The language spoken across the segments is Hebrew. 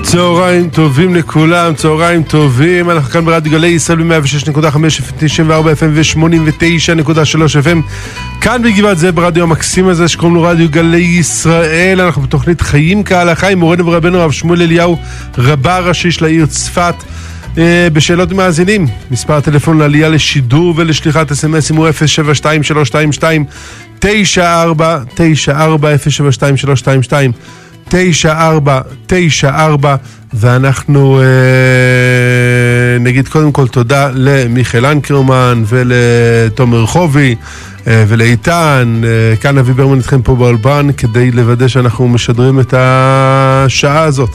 צהריים טובים לכולם, צהריים טובים. אנחנו כאן ברדיו גלי ישראל ב-106.5 94 FM ו-89.3 FM כאן בגבעת זה ברדיו המקסים הזה שקוראים לו רדיו גלי ישראל. אנחנו בתוכנית חיים כהלכה עם מורנו ורבנו הרב שמואל אליהו, רבה הראשי של העיר צפת. בשאלות מאזינים, מספר הטלפון לעלייה לשידור ולשליחת אס-אם-אס הוא 072-322-9494 072-322-9494. ואנחנו נגיד קודם כל תודה למיכאל אנקרמן ולתומר חובי ולאיתן. כאן אבי ברמן איתכם פה באולפן כדי לוודא שאנחנו משדרים את השעה הזאת.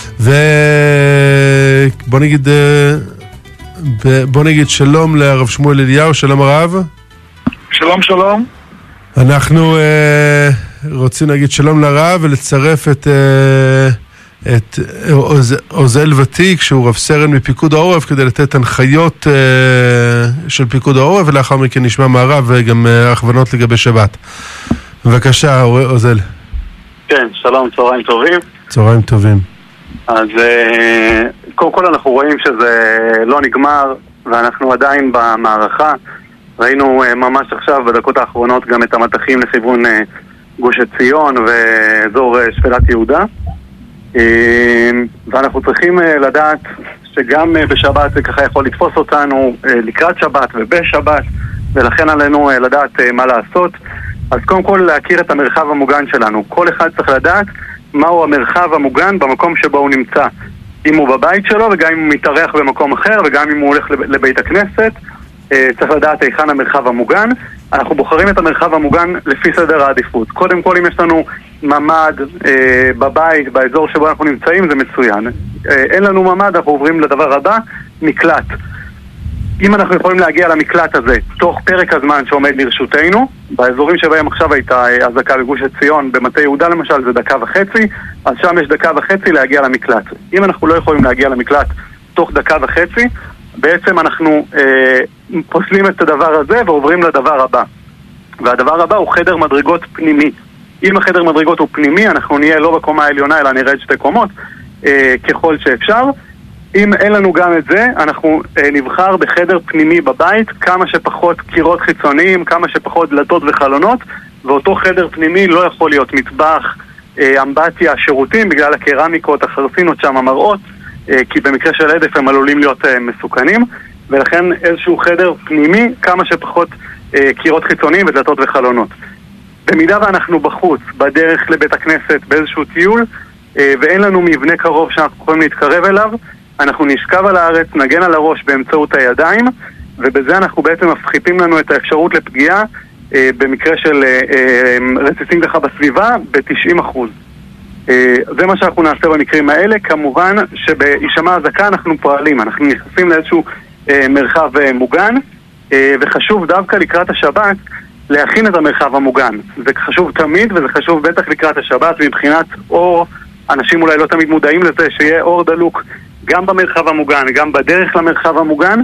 בוא נגיד שלום לרב שמואל אליהו. שלום הרב. שלום שלום. אנחנו רוצים להגיד שלום לרב ולצרף את עוזל ותיק שהוא רב סרן מפיקוד העורף כדי לתת הנחיות של פיקוד העורף, ולאחר מכן נשמע מהרב וגם הכוונות לגבי שבת. בבקשה עוזל. כן, שלום, צהריים טובים. צהריים טובים. אז קודם כל אנחנו רואים שזה לא נגמר ואנחנו עדיין במערכה. ראינו ממש עכשיו בדקות האחרונות גם את המתחים לכיוון גוש עציון ואזור שפלת יהודה, ואנחנו צריכים לדעת שגם בשבת זה ככה יכול לתפוס אותנו לקראת שבת ובשבת, ולכן עלינו לדעת מה לעשות. אז קודם כל להכיר את המרחב המוגן שלנו. כל אחד צריך לדעת מהו המרחב המוגן במקום שבו הוא נמצא, אם הוא בבית שלו וגם אם הוא מתארח במקום אחר וגם אם הוא הולך לבית הכנסת. צריך לדעת היכן המרחב המוגן. אנחנו בוחרים את המרחב המוגן לפי סדר העדיפות. קודם כל, אם יש לנו ממד בבית, באזור שבו אנחנו נמצאים, זה מצוין. אין לנו ממד, אנחנו עוברים לדבר הבא, מקלט. אם אנחנו יכולים להגיע למקלט הזה תוך פרק הזמן שעומד לרשותנו, באזורים שבהם עכשיו הייתה הזקה בגוש עציון, במטה יהודה למשל, זה 1.5 דקות, אז שם יש 1.5 דקות להגיע למקלט. אם אנחנו לא יכולים להגיע למקלט תוך 1.5 דקות, בעצם אנחנו פוסלים את הדבר הזה ועוברים לדבר הבא. והדבר הבא הוא חדר מדרגות פנימי. אם החדר מדרגות הוא פנימי, אנחנו נהיה לא בקומה העליונה, אלא נרד 2 קומות ככל שאפשר. אם אין לנו גם את זה, אנחנו נבחר בחדר פנימי בבית, כמה שפחות קירות חיצוניים, כמה שפחות דלתות וחלונות, ואותו חדר פנימי לא יכול להיות מטבח, אמבטיה, שירותים, בגלל הקרמיקות, החרסינות שם, המראות, כי במקרה של עדף הם עלולים להיות מסוכנים, ולכן איזשהו חדר פנימי, כמה שפחות קירות חיצוניים ודלתות וחלונות. במידה ואנחנו בחוץ, בדרך לבית הכנסת, באיזשהו טיול, ואין לנו מבנה קרוב שאנחנו יכולים להתקרב אליו, אנחנו נשכב על הארץ, נגן על הראש באמצעות הידיים, ובזה אנחנו בעצם מפחיתים לנו את האפשרות לפגיעה במקרה של רציסים ככה בסביבה ב-90%. זה מה שאנחנו נעשה במקרים האלה. כמובן שבהישמע הזקה אנחנו פועלים, אנחנו נכנסים לאיזשהו מרחב מוגן, וחשוב דווקא לקראת השבת להכין את המרחב המוגן. זה חשוב תמיד, וזה חשוב בטח לקראת השבת, מבחינת אור. אנשים אולי לא תמיד מודעים לזה שיהיה אור דלוק גם במרחב המוגן, גם בדרך למרחב המוגן,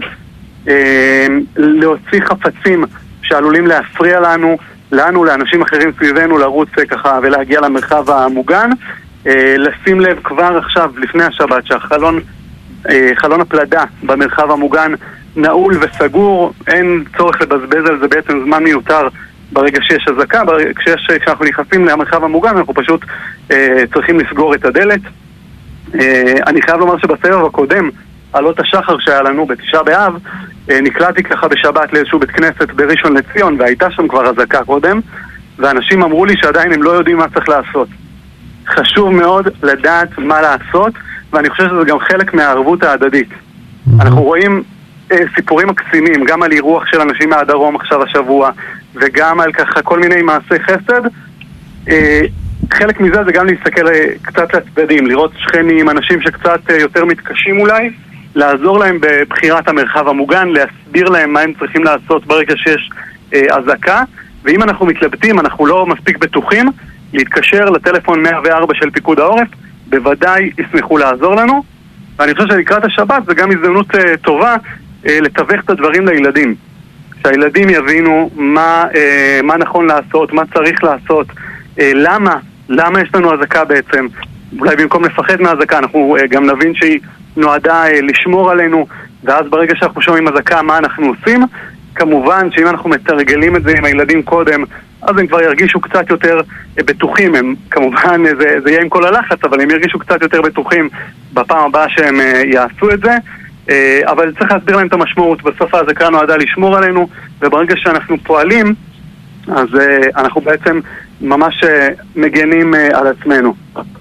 להוציא חפצים שעלולים להפריע לנו, לאנשים אחרים סביבנו, לרוץ ככה ולהגיע למרחב המוגן. לשים לב כבר עכשיו, לפני השבת, חלון הפלדה במרחב המוגן נעול וסגור, אין צורך לבזבז על זה בעצם זמן מיותר ברגע שיש הזקה. כשאנחנו נכנסים למרחב המוגן אנחנו פשוט צריכים לסגור את הדלת. אני חייב לומר שבסבב הקודם, עלות השחר שהיה לנו בתשעה באב, נקלעתי ככה בשבת לאיזשהו בית כנסת בראשון לציון, והייתה שם כבר הזקה קודם, ואנשים אמרו לי שעדיין הם לא יודעים מה צריך לעשות. חשוב מאוד לדעת מה לעשות, ואני חושב שזה גם חלק מהערבות ההדדית. אנחנו רואים סיפורים מקסימים, גם על אירוח של אנשים מהדרום עכשיו השבוע, וגם על ככה כל מיני מעשי חסד. חלק מזה זה גם להסתכל קצת לצדדים, לראות שכנים, אנשים שקצת יותר מתקשים אולי, לעזור להם בבחירת המרחב המוגן, להסביר להם מה הם צריכים לעשות ברגע שיש הזקה, ואם אנחנו מתלבטים, אנחנו לא מספיק בטוחים, להתקשר לטלפון 104 של פיקוד העורף, בוודאי ישמחו לעזור לנו. ואני חושב שלקראת השבת זה גם הזדמנות טובה לתווך את הדברים לילדים. שהילדים יבינו מה נכון לעשות, מה צריך לעשות, למה יש לנו הזקה בעצם, אולי במקום לפחד מהאזעקה, אנחנו גם נבין שהיא נועדה לשמור עלינו, ואז ברגע שאנחנו שומעים אזעקה, מה אנחנו עושים? כמובן שאם אנחנו מתרגלים את זה עם הילדים קודם, אז הם כבר ירגישו קצת יותר בטוחים. הם, כמובן זה יהיה עם כל הלחץ, אבל הם ירגישו קצת יותר בטוחים בפעם הבאה שהם יעשו את זה. אבל צריך להסביר להם את המשמעות. בסוף האזעקה נועדה לשמור עלינו, וברגע שאנחנו פועלים, אז אנחנו בעצם ממש מגנים על עצמנו.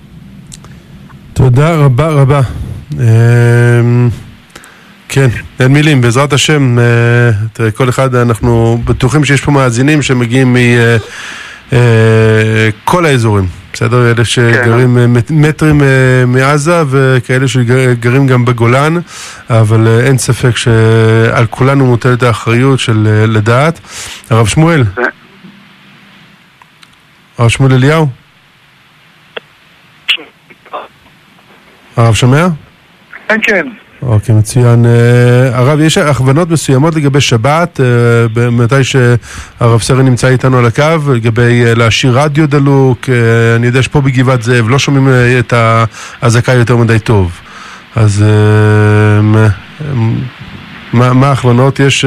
תודה רבה רבה. כן, אין מילים, בעזרת השם, תראה, כל אחד, אנחנו בטוחים שיש פה מאזינים שמגיעים מכל האזורים, בסדר? אלה שגרים מטרים מעזה וכאלה שגרים גם בגולן, אבל אין ספק שעל כולנו מוטלת האחריות של לדעת. הרב שמואל? הרב שמואל אליהו? הרב שומע? כן, כן. אוקיי, מצוין. הרב, יש הכוונות מסוימות לגבי שבת, מתי שהרב סרן נמצא איתנו על הקו, לגבי להשאיר רדיו דלוק, אני יודע שפה בגבעת זאב לא שומעים את האזעקה יותר מדי טוב. אז מה ההכוונות? יש...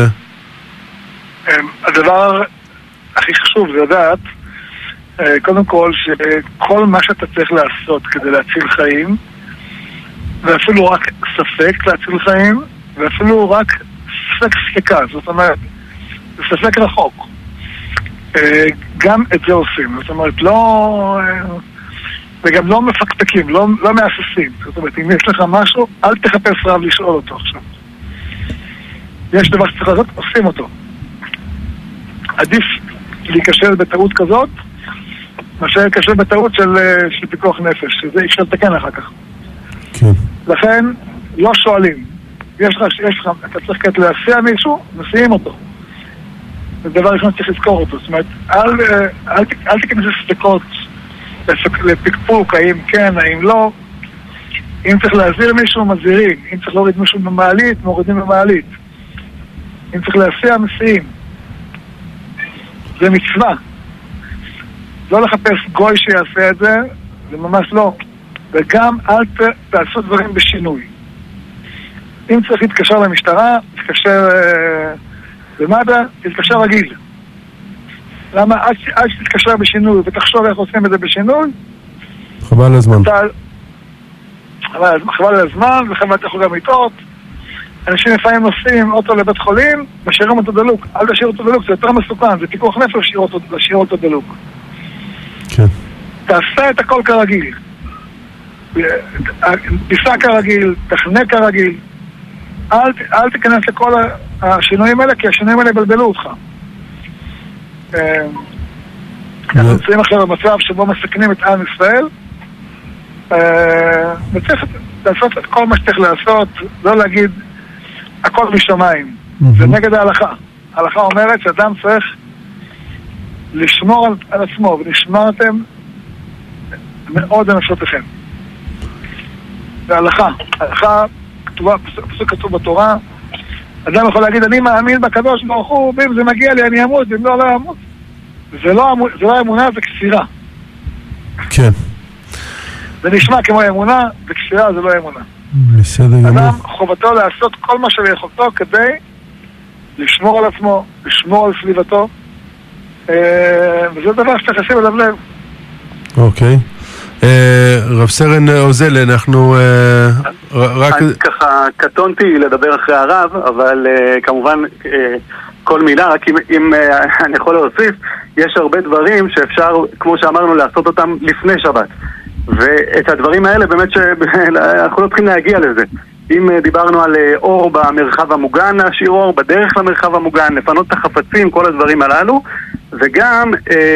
הדבר הכי חשוב זה לדעת, קודם כל, שכל מה שאתה צריך לעשות כדי להציל חיים, ואפילו רק ספק להציל חיים, ואפילו רק ספק ספקה, זאת אומרת, ספק רחוק. גם את זה עושים, זאת אומרת, לא... וגם לא מפקפקים, לא מאססים. זאת אומרת, אם יש לך משהו, אל תחפש רב לשאול אותו עכשיו. יש דבר שצריך לעשות, עושים אותו. עדיף להיכשל בטעות כזאת, מאשר להיכשל בטעות של פיקוח נפש, שזה אפשר לתקן אחר כך. כן. לכן, לא שואלים. יש לך, אתה צריך כעת להסיע מישהו, מסיעים אותו. זה דבר ראשון צריך לזכור אותו. זאת אומרת, אל תכנס לספקות, לפקפוק, האם כן, האם לא. אם צריך להזהיר מישהו, מזהירים. אם צריך להוריד מישהו במעלית, מורידים במעלית. אם צריך להסיע, מסיעים. זה מצווה. לא לחפש גוי שיעשה את זה, זה ממש לא. וגם אל תעשו דברים בשינוי. אם צריך להתקשר למשטרה, תתקשר במד"א, תתקשר רגיל. למה? עד שתתקשר בשינוי ותחשוב איך עושים את זה בשינוי, חבל על הזמן. חבל על הזמן, וחבל אתה יכול גם לטעות. אנשים לפעמים נוסעים אוטו לבית חולים, משאירים אותו דלוק. אל תשאיר אותו דלוק, זה יותר מסוכן, זה פיקוח נפש להשאיר אותו דלוק. כן. תעשה את הכל כרגיל. תיסע כרגיל, תכנה כרגיל. אל תיכנס לכל השינויים האלה, כי השינויים האלה בלבלו אותך. אנחנו נמצאים עכשיו במצב שבו מסכנים את עם ישראל, וצריך לעשות את כל מה שצריך לעשות, לא להגיד הכל משמיים. זה נגד ההלכה. ההלכה אומרת שאדם צריך לשמור על עצמו, ונשמרתם מאוד לנפשותיכם. זה ההלכה. ההלכה כתובה, פסוק כתוב בתורה. אדם יכול להגיד, אני מאמין בקדוש ברוך הוא, ואם זה מגיע לי אני אמות, ואם לא, לא אמות. זה לא אמונה, זה כפירה. כן. זה נשמע כמו אמונה, וכפירה זה לא אמונה. בסדר גמור. אדם חובתו לעשות כל מה שביכולתו כדי לשמור על עצמו, לשמור על סביבתו, וזה דבר שצריך לשים עליו לב. אוקיי. רב סרן עוזל, אנחנו רק... ככה קטונתי לדבר אחרי הרב, אבל כמובן כל מילה, רק אם אני יכול להוסיף, יש הרבה דברים שאפשר, כמו שאמרנו, לעשות אותם לפני שבת. ואת הדברים האלה באמת שאנחנו לא צריכים להגיע לזה. אם דיברנו על אור במרחב המוגן, להשאיר אור בדרך למרחב המוגן, לפנות את החפצים, כל הדברים הללו, וגם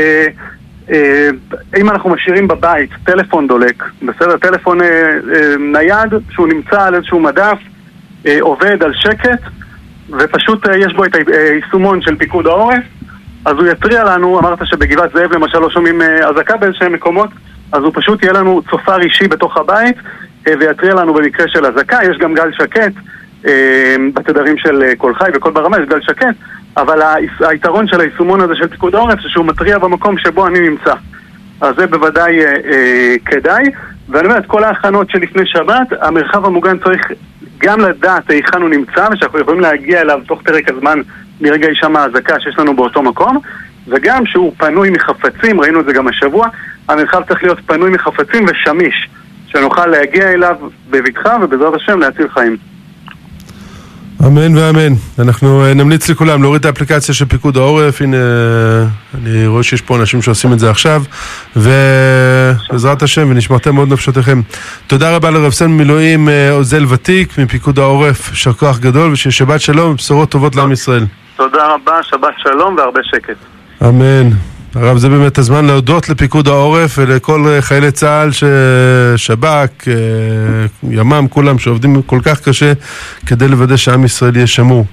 אם אנחנו משאירים בבית טלפון דולק, בסדר, טלפון נייד שהוא נמצא על איזשהו מדף, עובד על שקט, ופשוט יש בו את היישומון של פיקוד העורף, אז הוא יתריע לנו. אמרת שבגבעת זאב למשל לא שומעים אזעקה באיזשהם מקומות, אז הוא פשוט יהיה לנו צופר אישי בתוך הבית ויתריע לנו במקרה של אזעקה. יש גם גל שקט בתדרים של כל חי וכל ברמה, יש גל שקט, אבל היתרון של היישומון הזה של פיקוד העורף זה שהוא מטריע במקום שבו אני נמצא. אז זה בוודאי כדאי. ואני אומר, את כל ההכנות שלפני שבת, המרחב המוגן צריך גם לדעת היכן הוא נמצא, ושאנחנו יכולים להגיע אליו תוך פרק הזמן מרגע הישמע האזעקה שיש לנו באותו מקום, וגם שהוא פנוי מחפצים, ראינו את זה גם השבוע, המרחב צריך להיות פנוי מחפצים ושמיש, שנוכל להגיע אליו בבטחה ובעזרת השם להציל חיים. אמן ואמן. אנחנו נמליץ לכולם להוריד את האפליקציה של פיקוד העורף. הנה, אני רואה שיש פה אנשים שעושים את זה עכשיו, ובעזרת השם, ונשמרתם מאוד נפשותיכם. תודה רבה לרב סרן מילואים עוזל ותיק מפיקוד העורף, יישר כוח גדול, וששבת שלום ובשורות טובות לעם ישראל. תודה רבה, שבת שלום והרבה שקט. אמן. הרב, זה באמת הזמן להודות לפיקוד העורף ולכל חיילי צה"ל, שב"כ, ימ"מ, כולם שעובדים כל כך קשה כדי לוודא שעם ישראל יהיה שמור.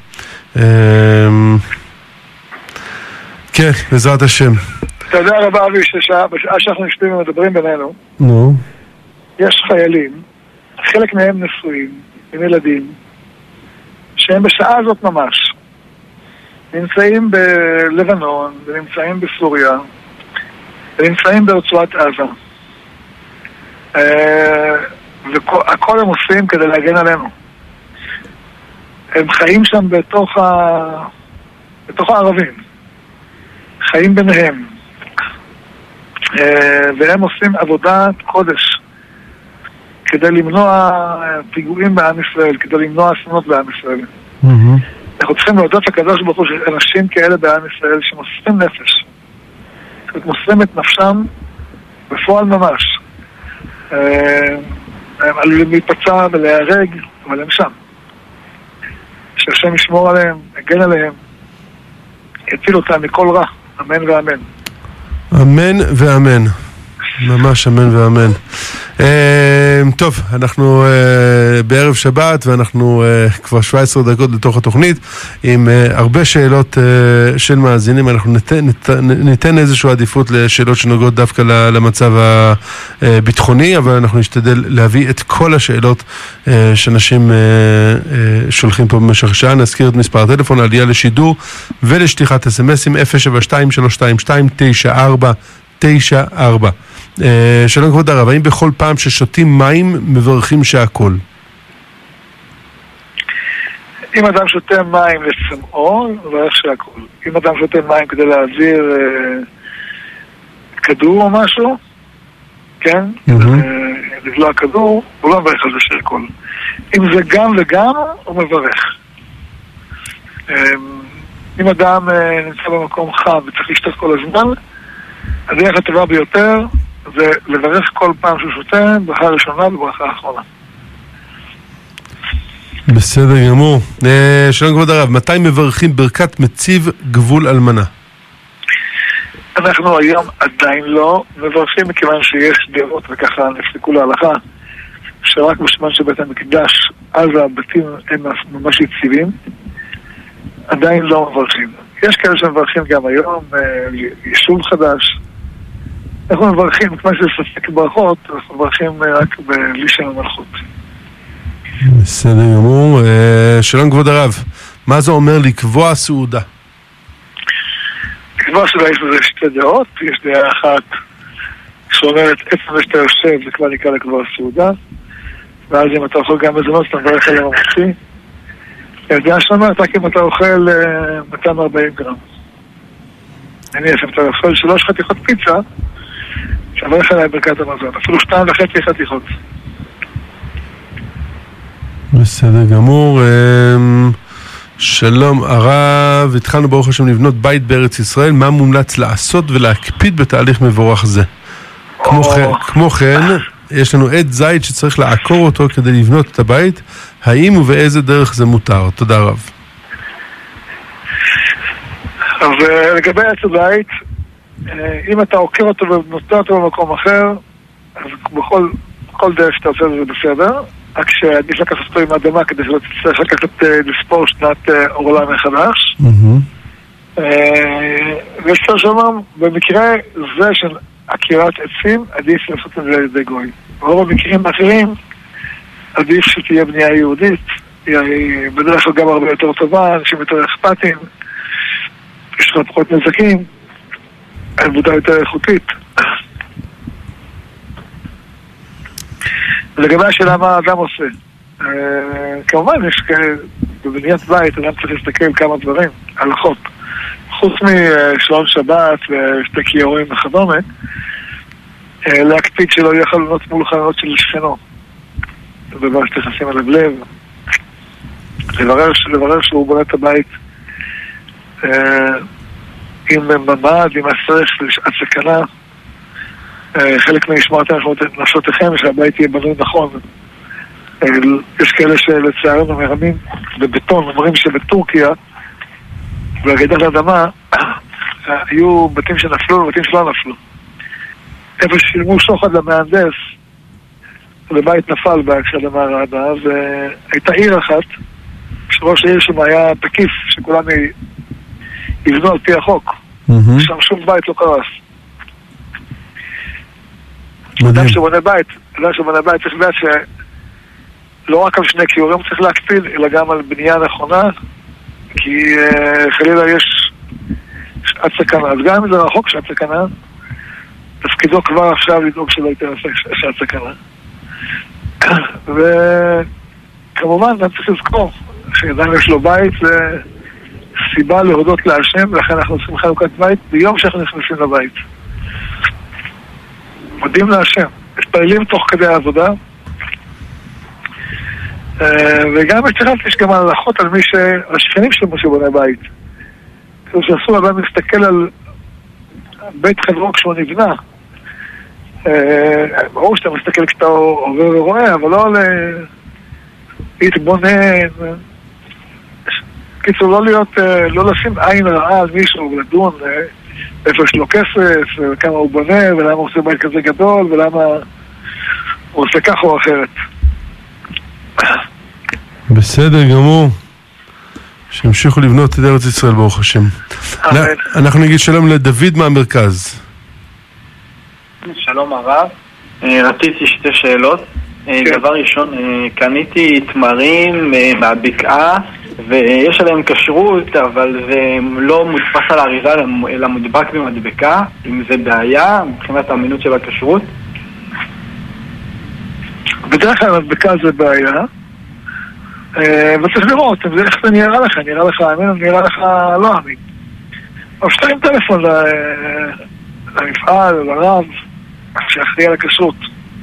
כן, בעזרת השם. תודה רבה אבי, בשעה שאנחנו נשתים ומדברים בינינו, נו. יש חיילים, חלק מהם נשואים, עם ילדים, שהם בשעה הזאת ממש נמצאים בלבנון, ונמצאים בסוריה, ונמצאים ברצועת עזה. והכל הם עושים כדי להגן עלינו. הם חיים שם בתוך הערבים. חיים ביניהם. והם עושים עבודת קודש כדי למנוע פיגועים בעם ישראל, כדי למנוע אסונות בעם ישראל. אנחנו צריכים להודות לקדוש ברוך הוא שאנשים כאלה בעם ישראל שמוסרים נפש, מוסרים את נפשם בפועל ממש. הם עלולים להיפצע ולהיהרג, אבל הם שם. שהשם ישמור עליהם, יגן עליהם, יציל אותם מכל רע. אמן ואמן. אמן ואמן. ממש אמן ואמן. טוב, אנחנו בערב שבת ואנחנו כבר 17 דקות לתוך התוכנית עם הרבה שאלות של מאזינים. אנחנו ניתן איזושהי עדיפות לשאלות שנוגעות דווקא למצב הביטחוני, אבל אנחנו נשתדל להביא את כל השאלות שאנשים שולחים פה במשך שעה. נזכיר את מספר הטלפון, עלייה לשידור ולשליחת אס-אמסים 072-322-9494. שלום כבוד הרב, האם בכל פעם ששותים מים מברכים שהכל? אם אדם שותה מים לצמאו, מברך שהכל. אם אדם שותה מים כדי להעביר כדור או משהו, כן? לבלוע כדור, הוא לא מברך על זה שהכל. אם זה גם וגם, הוא מברך. אם אדם נמצא במקום חם וצריך לשתות כל הזמן, הדרך הטובה ביותר זה לברך כל פעם שהוא שותה, ברכה ראשונה וברכה אחרונה. בסדר גמור. שלום כבוד הרב, מתי מברכים ברכת מציב גבול אלמנה? אנחנו היום עדיין לא מברכים, מכיוון שיש דעות וככה נפסקו להלכה שרק בשמן של בית המקדש אז הבתים הם ממש יציבים, עדיין לא מברכים. יש כאלה שמברכים גם היום, יישוב חדש. אנחנו מברכים, כמו שספק ברכות, אנחנו מברכים רק בלי שם המלכות. בסדר גמור. שלום כבוד הרב, מה זה אומר לקבוע סעודה? לקבוע סעודה יש לזה שתי דעות. יש דעה אחת שאומרת עצם שאתה יושב זה כבר נקרא לקבוע סעודה, ואז אם אתה אוכל גם מזונות אתה מברך עליהם המוציא. הדעה שאומרת רק אם אתה אוכל 240 גרם. נניח אם אתה אוכל 3 חתיכות פיצה, שברך עליהם ברכת המזון, אפילו 2.5 חתיכות. בסדר גמור. שלום הרב, התחלנו ברוך השם לבנות בית בארץ ישראל, מה מומלץ לעשות ולהקפיד בתהליך מבורך זה? כמו כן, יש לנו עץ זית שצריך לעקור אותו כדי לבנות את הבית, האם ובאיזה דרך זה מותר? תודה רב. אז לגבי עץ הזית, אם אתה עוקר אותו ונוטה אותו במקום אחר, אז בכל דרך שאתה עושה זה בסדר, רק שעדיף לקחת אותו עם האדמה כדי שלא תצטרך לקחת לספור שנת עורלה מחדש. ויש כבר שאומר, במקרה זה של עקירת עצים, עדיף לעשות את זה על ידי גוי. ברוב המקרים האחרים, עדיף שתהיה בנייה יהודית, היא בדרך כלל גם הרבה יותר טובה, אנשים יותר אכפתיים, יש לך פחות נזקים, עבודה יותר איכותית. לגבי השאלה מה האדם עושה. כמובן, יש בבניית בית, אדם צריך להסתכל כמה דברים, הלכות. חוץ משעון שבת ושתי כיורים וכדומה, להקפיד שלא יהיה חלונות מול חלונות של שכנו. זה דבר שצריך לשים עליו לב. לברר שהוא בונה את הבית עם ממד, עם הסרש לשעת סכנה. חלק משמרתם נפשותיכם שהבית יהיה בנוי נכון. יש כאלה שלצערנו מרמים בבטון, אומרים שבטורקיה ברעידת האדמה היו בתים שנפלו ובתים שלא נפלו. איפה ששילמו שוחד למהנדס ובית נפל כשהאדמה רעדה, והייתה עיר אחת שראש העיר שם היה תקיף שכולם יבנו על פי החוק. שם שום בית לא קרס. אדם שבונה בית צריך לדעת שלא רק על שני כיורים צריך להקפיד, אלא גם על בנייה נכונה, כי חלילה יש שעת סכנה. אז גם אם זה רחוק שעת סכנה, תפקידו כבר עכשיו לדאוג שלא יתנסה שעת סכנה. וכמובן, גם צריך לזכור שאדם יש לו בית, זה סיבה להודות להשם, ולכן אנחנו עושים חלוקת בית ביום שאנחנו נכנסים לבית. מודים להשם, מתפללים תוך כדי העבודה, וגם יש גם הלכות על השכנים של מי שבונה בית. כאילו שאסור אדם להסתכל על בית חברו כשהוא נבנה. ברור שאתה מסתכל כשאתה עובר ורואה, אבל לא להתבונן. קיצור, לא לשים עין רעה על מישהו ולדון איפה יש לו כסף, וכמה הוא בונה, ולמה הוא עושה בית כזה גדול, ולמה הוא עושה כך או אחרת. בסדר גמור. שהמשיכו לבנות את ארץ ישראל ברוך השם. אנחנו נגיד שלום לדוד מהמרכז. שלום הרב, רציתי שתי שאלות. דבר ראשון, קניתי תמרים מהבקעה ויש עליהם כשרות, אבל זה לא מודפס על האריזה אלא מודבק במדבקה. אם זה בעיה מבחינת האמינות של הכשרות? בדרך כלל מדבקה זה בעיה, וצריך לראות איך זה נראה לך, נראה לך אמין או נראה לך לא אמין. או שתרים טלפון למפעל או לרב שאחראי על הכשרות.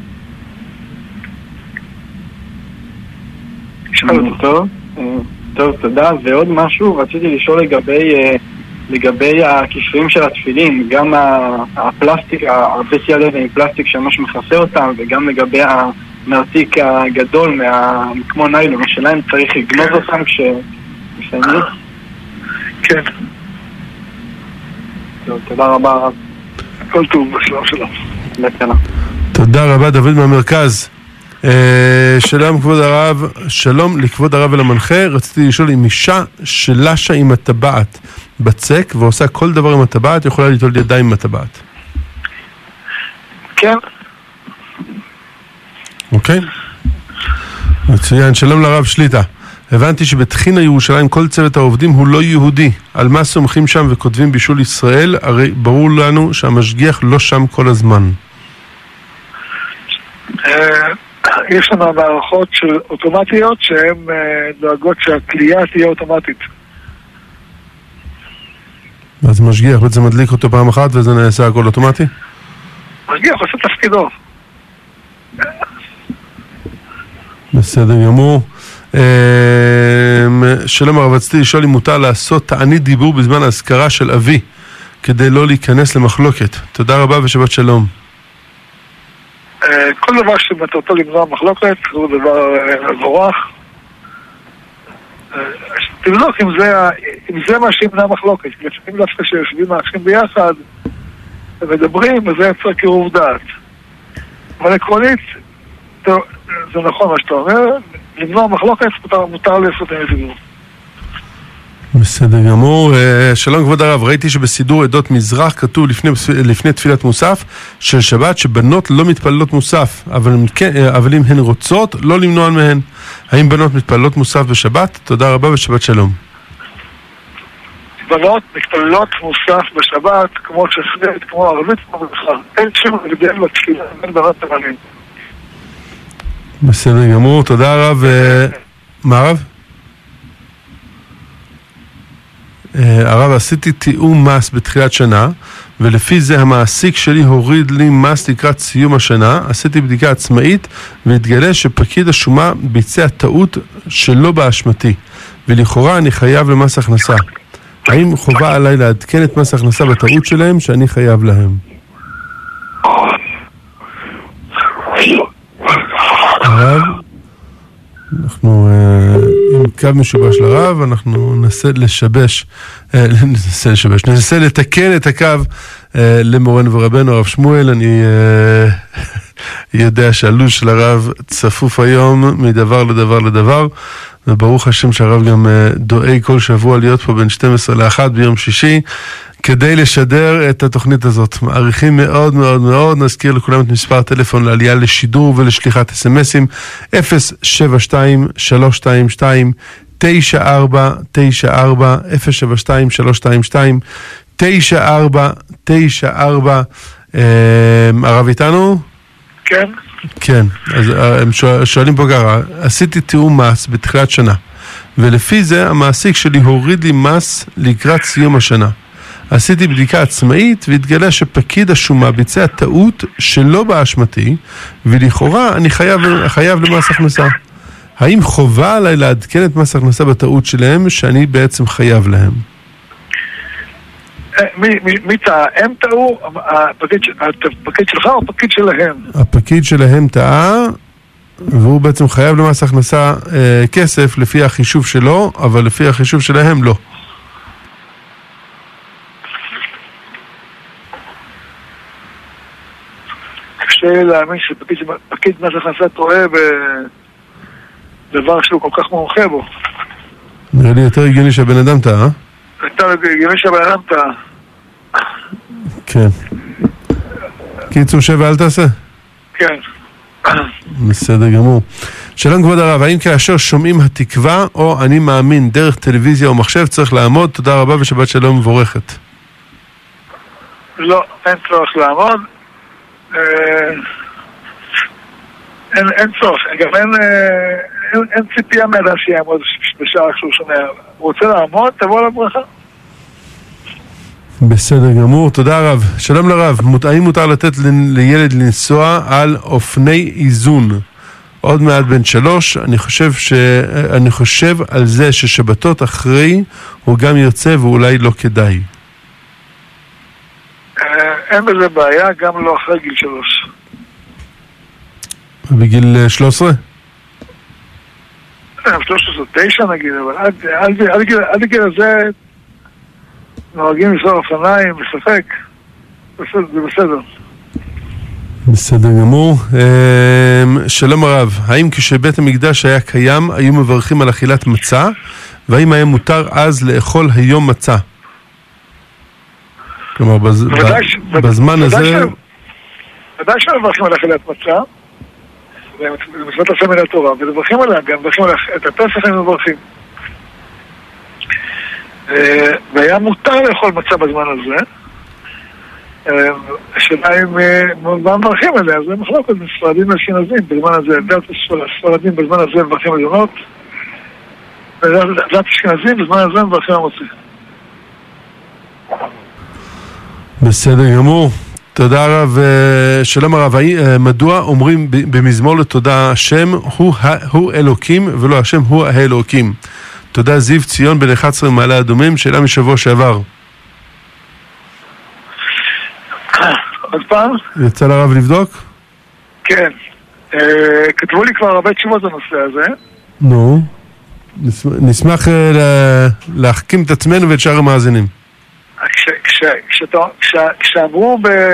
טוב, תודה. ועוד משהו, רציתי לשאול לגבי הכישורים של התפילין, גם הפלסטיק, הרבה ציידים עם פלסטיק שממש מכסה אותם, וגם לגבי הנרתיק הגדול כמו ניילון, השאלה אם צריך לגנוז אותם כשמסיימים? כן. טוב, תודה רבה הרב. כל טוב, בשלום שלום. תודה רבה, דוד מהמרכז. שלום כבוד הרב, שלום לכבוד הרב ולמנחה. רציתי לשאול אם אישה שלשה עם הטבעת בצק ועושה כל דבר עם הטבעת, יכולה ליטול ידיים עם הטבעת? כן. אוקיי, מצוין. שלום לרב שליטה. הבנתי שבתחינה ירושלים כל צוות העובדים הוא לא יהודי. על מה סומכים שם וכותבים בישול ישראל? הרי ברור לנו שהמשגיח לא שם כל הזמן. יש לנו מערכות אוטומטיות שהן דואגות שהקלייה תהיה אוטומטית. אז משגיח בעצם מדליק אותו פעם אחת וזה נעשה הכל אוטומטי? משגיח עושה תפקידו. בסדר גמור. שלום הרב, רציתי לשאול אם מותר לעשות תענית דיבור בזמן ההזכרה של אבי כדי לא להיכנס למחלוקת. תודה רבה ושבת שלום. כל דבר שמטרתו למנוע מחלוקת הוא דבר מבורך. תבדוק אם זה מה שימנע מחלוקת. לפעמים דווקא שיושבים האחים ביחד ומדברים, אז זה יצר קירוב דעת. אבל עקרונית זה נכון מה שאתה אומר, למנוע מחלוקת מותר לעשות את זה. בסדר גמור. שלום כבוד הרב, ראיתי שבסידור עדות מזרח כתוב לפני תפילת מוסף של שבת שבנות לא מתפללות מוסף, אבל אם הן רוצות לא למנוע מהן. האם בנות מתפללות מוסף בשבת? תודה רבה ושבת שלום. בנות מתפללות מוסף בשבת כמו שחרית, כמו ערבית, כמו בכלל. אין שום הבדל בתפילה בין בנות לבנים. בסדר גמור, תודה רב. מה רב? הרב, עשיתי תיאום מס בתחילת שנה, ולפי זה המעסיק שלי הוריד לי מס לקראת סיום השנה. עשיתי בדיקה עצמאית והתגלה שפקיד השומה ביצע טעות שלא באשמתי, ולכאורה אני חייב למס הכנסה. האם חובה עליי לעדכן את מס הכנסה בטעות שלהם שאני חייב להם? הרב, אנחנו עם קו משובש לרב, אנחנו ננסה לתקן את הקו למורנו ורבנו הרב שמואל. אני יודע שהלו"ז של הרב צפוף היום מדבר לדבר לדבר, וברוך השם שהרב גם דואג כל שבוע להיות פה בין 12 ל-1 ביום שישי כדי לשדר את התוכנית הזאת. מעריכים מאוד מאוד מאוד. נזכיר לכולם את מספר טלפון לעלייה לשידור ולשליחת אס-אמסים 072-322-9494 072-322-9494. הרב איתנו? כן. כן, אז הם שואלים פה ככה, עשיתי תיאום מס בתחילת שנה, ולפי זה המעסיק שלי הוריד לי מס לקראת סיום השנה. עשיתי בדיקה עצמאית והתגלה שפקיד השומה ביצע טעות שלא באשמתי, ולכאורה אני חייב למס הכנסה. האם חובה עליי לעדכן את מס הכנסה בטעות שלהם שאני בעצם חייב להם? מי טעה? הם טעו? הפקיד שלך או הפקיד שלהם? הפקיד שלהם טעה, והוא בעצם חייב למס הכנסה כסף לפי החישוב שלו, אבל לפי החישוב שלהם לא. קשה להאמין שפקיד מס הכנסה טועה בדבר שהוא כל כך מומחה בו. נראה לי יותר הגיוני שהבן אדם טעה. יותר הגיוני שהבן אדם טעה. כן. קיצור שב ואל תעשה? כן. בסדר גמור. שלום כבוד הרב, האם כאשר שומעים התקווה או אני מאמין דרך טלוויזיה או מחשב צריך לעמוד? תודה רבה ושבת שלום מבורכת. לא, אין צורך לעמוד. אין צורך. גם אין ציפייה מאדם שיעמוד בשעה כשהוא שומע. הוא רוצה לעמוד, תבוא לברכה. בסדר גמור, תודה רב. שלום לרב, האם מותר לתת לילד לנסוע על אופני איזון? עוד מעט בן 3, אני חושב על זה ששבתות אחרי הוא גם יוצא ואולי לא כדאי. אין בזה בעיה, גם לא אחרי גיל 3. בגיל 13? 13, 9 נגיד, אבל עד גיל הזה נוהגים לנסוע אופניים, בספק. זה בסדר. בסדר גמור. שלום הרב, האם כשבית המקדש היה קיים היו מברכים על אכילת מצה, והאם היה מותר אז לאכול היום מצה? כלומר בזמן הזה ודאי שמברכים על אכילת מצה, זה מצוות עשה מן התורה, ומברכים עליה, גם מברכים עליה את הפסח הם מברכים. והיה מותר לאכול מצה בזמן הזה. השאלה אם מה מברכים עליה, זה מחלוקת בספרדים ואשכנזים בזמן הזה. הספרדים בזמן הזה מברכים על יונות, ודת אשכנזים בזמן הזה מברכים על מוציא. ולסדר גמור. תודה רב. שלום הרב, מדוע אומרים במזמור לתודה השם הוא אלוקים ולא השם הוא האלוקים? תודה. זיו ציון בן 11 מעלה אדומים, שאלה משבוע שעבר. עוד פעם? יצא לרב לבדוק? כן. כתבו לי כבר הרבה תשובות בנושא הזה. נו. נשמח להחכים את עצמנו ואת שאר המאזינים. כשאמרו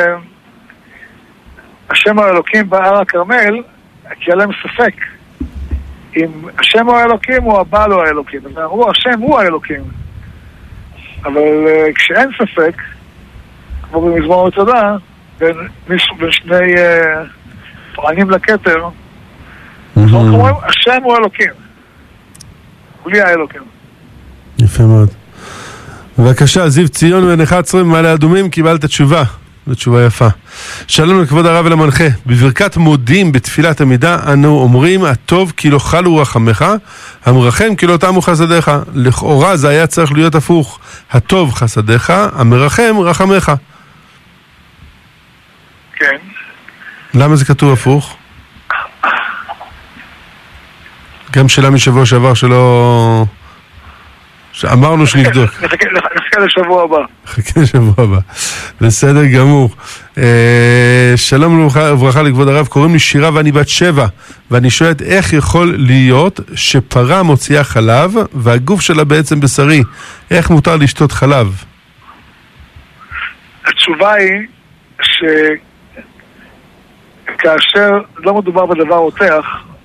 השם האלוקים בהר הכרמל, כי היה להם ספק אם השם הוא האלוקים או הבעל הוא האלוקים. אז אמרו השם הוא האלוקים, אבל כשאין ספק, כמו במזמור לתודה, בין שני טוענים לכתר, אנחנו אומרים השם הוא האלוקים, בלי האלוקים. יפה מאוד. בבקשה, זיו ציון בן 11 מעלה אדומים, קיבלת תשובה. זו תשובה יפה. שלום לכבוד הרב ולמנחה. בברכת מודים בתפילת עמידה אנו אומרים הטוב כי לא חלו רחמך, המרחם כי לא תמו חסדיך. לכאורה זה היה צריך להיות הפוך. הטוב חסדיך, המרחם רחמך. כן. למה זה כתוב הפוך? גם שאלה משבוע שעבר שלא... שאמרנו שנבדוק. נחכה לשבוע הבא. נחכה לשבוע הבא. בסדר גמור. שלום וברכה לכבוד הרב, קוראים לי שירה ואני בת 7, ואני שואלת איך יכול להיות שפרה מוציאה חלב והגוף שלה בעצם בשרי? איך מותר לשתות חלב? התשובה היא שכאשר לא מדובר בדבר רותח,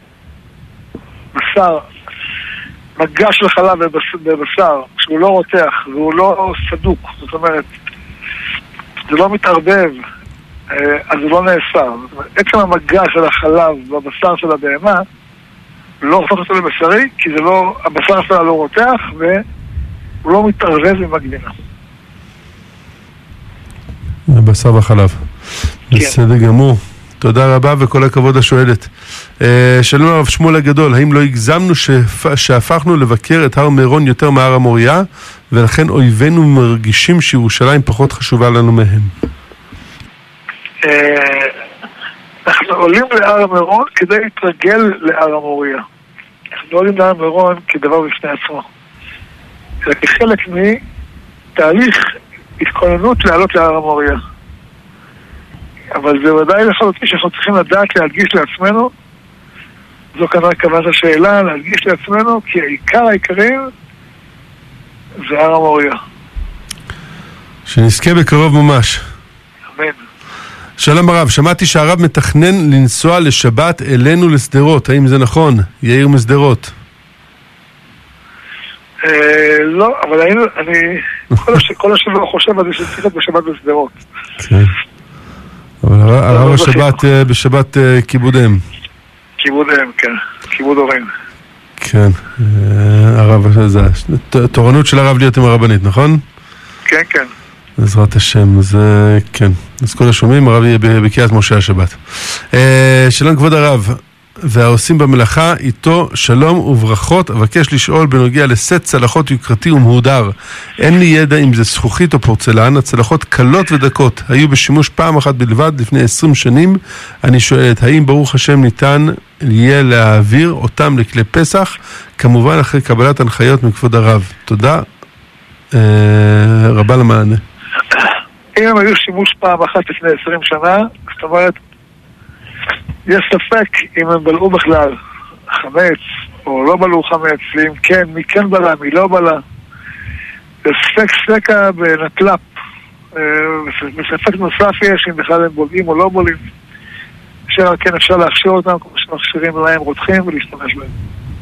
בשר, מגע של חלב בבשר, שהוא לא רותח והוא לא סדוק, זאת אומרת, זה לא מתערבב, אז זה לא נאסר. עצם המגע של החלב בבשר של הבהמה לא הופך אותו לבשרי, כי זה לא, הבשר שלה לא רותח והוא לא מתערבב עם הגבינה. בשר וחלב. בסדר גמור. תודה רבה וכל הכבוד השואלת. שלום הרב שמואל הגדול, האם לא הגזמנו שהפכנו לבקר את הר מירון יותר מהר המוריה, ולכן אויבינו מרגישים שירושלים פחות חשובה לנו מהם? אנחנו עולים להר מירון כדי להתרגל להר המוריה. אנחנו עולים להר מירון כדבר בפני עצמו. זה כחלק מתהליך התכוננות לעלות להר המוריה. אבל זה ודאי לחלוטין שאנחנו צריכים לדעת להדגיש לעצמנו, זו כנראה כוונת השאלה, להדגיש לעצמנו, כי העיקר העיקרים זה הר המוריה. שנזכה בקרוב ממש. אמן. שלום הרב, שמעתי שהרב מתכנן לנסוע לשבת אלינו לסדרות, האם זה נכון? יאיר מסדרות. לא, אבל אני כל השבוע חושב על זה שצריך להיות בשבת בסדרות. כן. אבל הרב בשבת כיבודם. כיבודם, כן. כיבוד הורים. כן. הרב, זה תורנות של הרב להיות עם הרבנית, נכון? כן, כן. בעזרת השם, אז כן. אז כל השומעים, הרב יהיה בקריאת משה השבת. שלום כבוד הרב, והעושים במלאכה איתו שלום וברכות. אבקש לשאול בנוגע לסט צלחות יוקרתי ומהודר. אין לי ידע אם זה זכוכית או פורצלן. הצלחות קלות ודקות היו בשימוש פעם אחת בלבד לפני 20 שנים. אני שואלת, האם ברוך השם ניתן יהיה להעביר אותם לכלי פסח, כמובן אחרי קבלת הנחיות מכבוד הרב? תודה רבה למענה. אם הם היו שימוש פעם אחת לפני 20 שנה, זאת אומרת, יש ספק אם הם בלעו בכלל חמץ או לא בלעו חמץ, ואם כן, מי כן בלע, מי לא בלע. זה ספק ספקה בנטל"פ, וספק נוסף יש אם בכלל הם בולעים או לא בולעים. כן, אפשר להכשיר אותם כמו שמכשירים להם רותחים ולהשתמש בהם.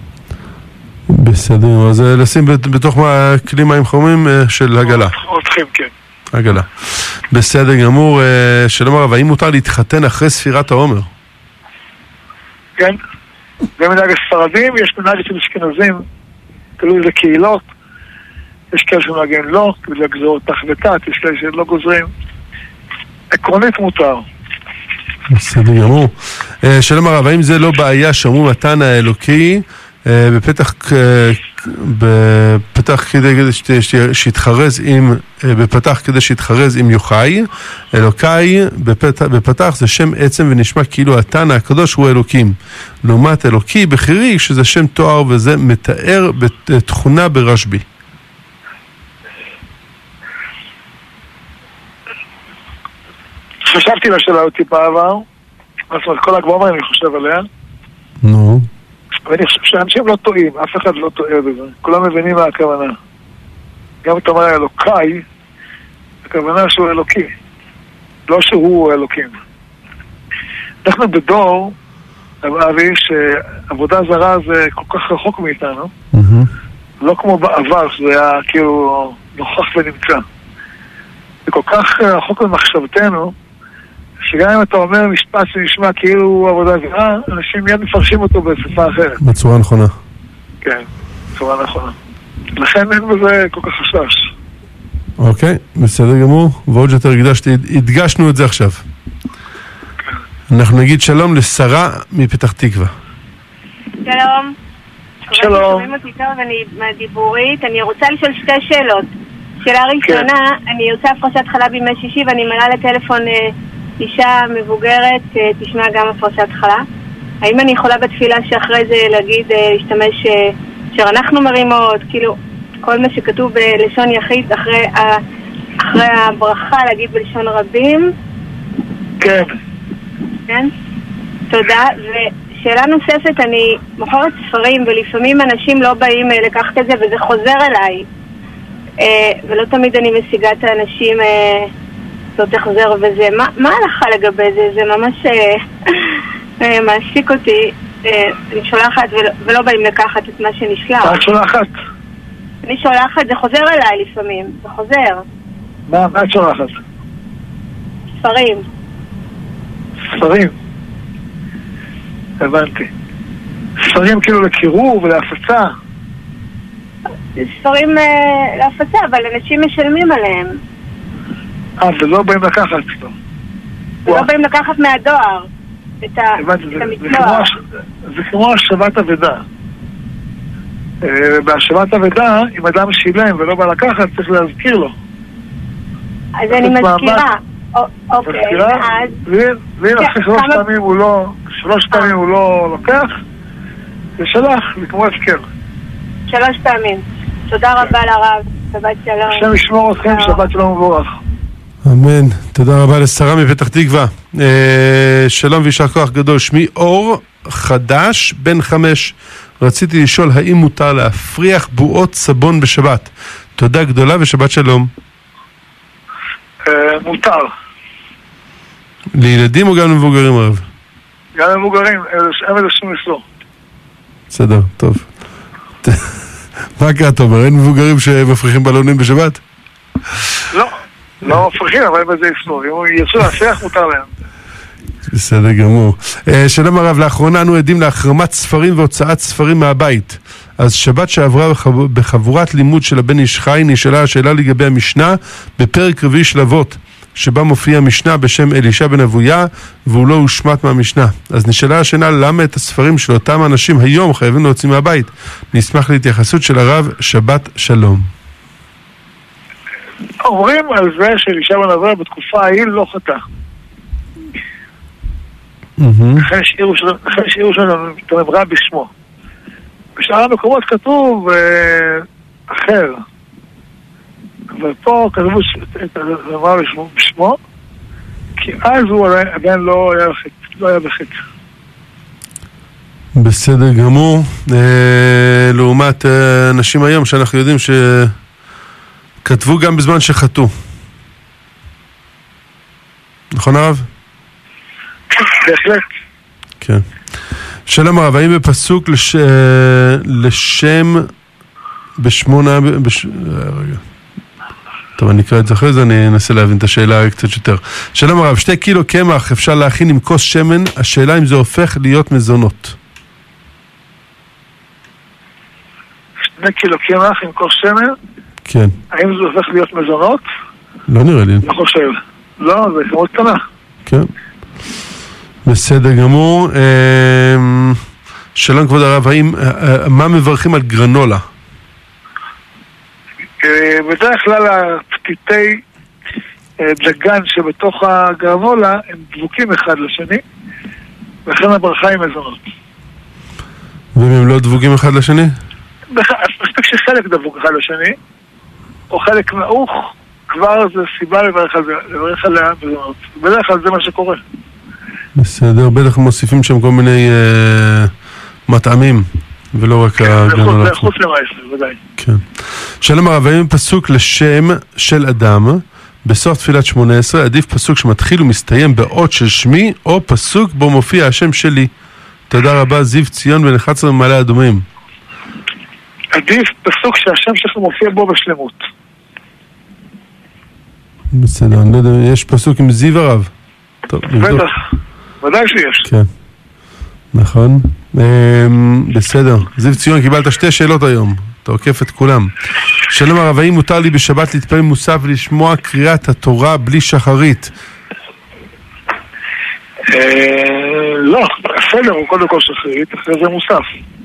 בסדר, אז לשים בתוך כלי מים חומים של הגלה. רותחים, כן. הגלה. בסדר גמור. שלום הרב, האם מותר להתחתן אחרי ספירת העומר? כן, זה מנהג הספרדים, יש מנהג אצל אשכנזים, תלוי איזה קהילות, יש כאלה שמנהגים לא, כדי לגזור תח ותת, יש כאלה שלא גוזרים. עקרונית מותר. בסדר גמור. שלום הרב, האם זה לא בעיה שאמרו מתן האלוקי בפתח כדי שיתחרז עם בפתח כדי שיתחרז עם יוחאי? אלוקי בפתח זה שם עצם ונשמע כאילו התנא הקדוש הוא אלוקים, לעומת אלוקי בחירי שזה שם תואר, וזה מתאר בתכונה ברשב"י. חשבתי לשאלה אותי בעבר, זאת אומרת כל הגמרא אני חושב עליה. נו. ואני חושב שאנשים לא טועים, אף אחד לא טועה בזה. כולם מבינים מה הכוונה. גם את אומר אלוקי, הכוונה שהוא אלוקי. לא שהוא אלוקים. אנחנו בדור, אבי, שעבודה זרה זה כל כך רחוק מאיתנו. לא כמו בעבר, שזה היה כאילו נוכח ונמצא. זה כל כך רחוק במחשבתנו, שגם אם אתה אומר משפט שנשמע כאילו עבודה זרה, אנשים מיד מפרשים אותו בשפה אחרת. בצורה נכונה. כן, בצורה נכונה. לכן אין בזה כל כך חשש. אוקיי, בסדר גמור. ועוד יותר הדגשנו את זה עכשיו. אנחנו נגיד שלום לשרה מפתח תקווה. שלום. שלום. שומעים אותי טוב, אני מהדיבורית. אני רוצה לשאול שתי שאלות. שאלה ראשונה, אני עושה הפרשת חלה בימי שישי ואני מלאה לטלפון אישה מבוגרת, תשמע גם הפרשת חלה. האם אני יכולה בתפילה שאחרי זה להגיד, להשתמש שאנחנו מרימות, כאילו כל מה שכתוב בלשון יחיד אחרי הברכה להגיד בלשון רבים? כן. כן? תודה. ושאלה נוספת, אני מוכרת ספרים ולפעמים אנשים לא באים לקחת את זה וזה חוזר אליי. ולא תמיד אני משיגה את האנשים לא תחזר וזה. מה ההלכה לגבי זה? זה ממש מעסיק אותי. אני שולחת ולא באים לקחת את מה שנשלח. את שולחת? אני שולחת, זה חוזר אליי לפעמים. זה חוזר. מה את שולחת? ספרים. ספרים? הבנתי. ספרים כאילו לקירור ולהפצה? ספרים להפצה, אבל אנשים משלמים עליהם. ולא באים לקחת אותו. לא באים לקחת מהדואר את המצלוח. זה כמו השבת אבדה. בהשבת אבדה, אם אדם שילם ולא בא לקחת, צריך להזכיר לו. אז אני מזכירה. אוקיי, אז... ואם אחרי 3 פעמים הוא לא לוקח, זה שלח, זה כמו הפקר. 3 פעמים. תודה רבה לרב, שבת שלום. השם ישמור אתכם, שבת שלום ובורך. אמן. תודה רבה לשרה מפתח תקווה. שלום וישר כוח גדול. שמי אור חדש, בן 5. רציתי לשאול האם מותר להפריח בועות סבון בשבת. תודה גדולה ושבת שלום. מותר. לילדים או גם למבוגרים הרב? גם למבוגרים, הם אנשים לסלור. בסדר, טוב. מה אתה אומר? אין מבוגרים שמפריחים בלונים בשבת? לא מפריחים, אבל בזה יסלור. אם ירצו להפריח, מותר להם. בסדר גמור. שלום הרב, לאחרונה אנו עדים להחרמת ספרים והוצאת ספרים מהבית. אז שבת שעברה בחבורת לימוד של הבן איש חי נשאלה השאלה לגבי המשנה בפרק רביעי של אבות, שבה מופיע משנה בשם אלישע בן אבויה והוא לא הושמט מהמשנה. אז נשאלה השאלה למה את הספרים של אותם אנשים היום חייבים להוציא מהבית. נשמח להתייחסות של הרב. שבת שלום. אומרים על זה שאלישע בן אבויה בתקופה ההיא לא חטא. לכן השאירו שלנו תנברא בשמו. בשאר המקומות כתוב אחר, אבל פה כתבו את הדבר בשמו, כי אז הוא עדיין לא היה בחטא. בסדר גמור. לעומת אנשים היום שאנחנו יודעים שכתבו גם בזמן שחטאו. נכון הרב? בהחלט. כן. שלום הרב, האם בפסוק לשם בשמונה... רגע. טוב, אני אקרא את זה אחרי זה, אני אנסה להבין את השאלה קצת יותר. שלום הרב, 2 קילו קמח אפשר להכין עם כוס שמן, השאלה אם זה הופך להיות מזונות. 2 קילו קמח עם כוס שמן? כן. האם זה הופך להיות מזונות? לא נראה לי. לא חושב. לא, זה כמות קטנה. כן. בסדר גמור. שלום כבוד הרב, מה מברכים על גרנולה? בדרך כלל הפתיתי דגן שבתוך הגרנולה הם דבוקים אחד לשני, וכן הברכה היא מזונות. ואם הם לא דבוקים אחד לשני? מספיק שחלק דבוק אחד לשני, או חלק מעוך, כבר זה סיבה לברך עליה מזונות. בדרך כלל זה מה שקורה. בסדר, בטח מוסיפים שם כל מיני מטעמים, ולא רק הגרנולה. זה חוץ למעשה, ודאי. כן. שלום הרב, האם פסוק לשם של אדם, בסוף תפילת 18, עדיף פסוק שמתחיל ומסתיים באות של שמי, או פסוק בו מופיע השם שלי? תודה רבה, זיו ציון בן 11 ממעלה אדומים. עדיף פסוק שהשם שלך מופיע בו בשלמות. בסדר, אני לא יודע, יש פסוק עם זיו הרב? טוב, נבדוק. בטח, ודאי שיש. כן, נכון. בסדר, זיו ציון, קיבלת 2 שאלות היום. אתה עוקף את כולם. שלום הרב, האם מותר לי בשבת להתפלל מוסף ולשמוע קריאת התורה בלי שחרית? לא, בסדר, הוא קודם כל שחרית, אחרי זה מוסף.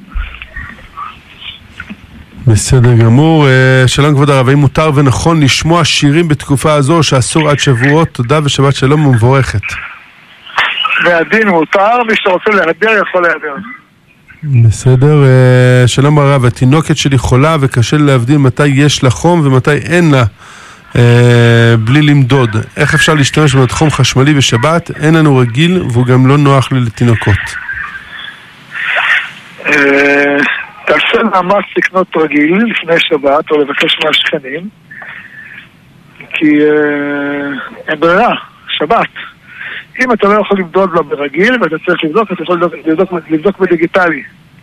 בסדר גמור. שלום כבוד הרב, האם מותר ונכון לשמוע שירים בתקופה הזו שאסור עד שבועות? תודה ושבת שלום ומבורכת. והדין מותר, מי שרוצה להדר יכול להדר. בסדר. שלום הרב, התינוקת שלי חולה וקשה להבדיל מתי יש לה חום ומתי אין לה בלי למדוד. איך אפשר להשתמש במד חום חשמלי בשבת? אין לנו רגיל והוא גם לא נוח לי לתינוקות. תעשה מאמץ לקנות רגיל לפני שבת או לבקש מהשכנים, כי אין ברירה, שבת. אם אתה לא יכול למדוד לה ברגיל ואתה צריך לבדוק, אתה יכול לבדוק בדיגיטלי.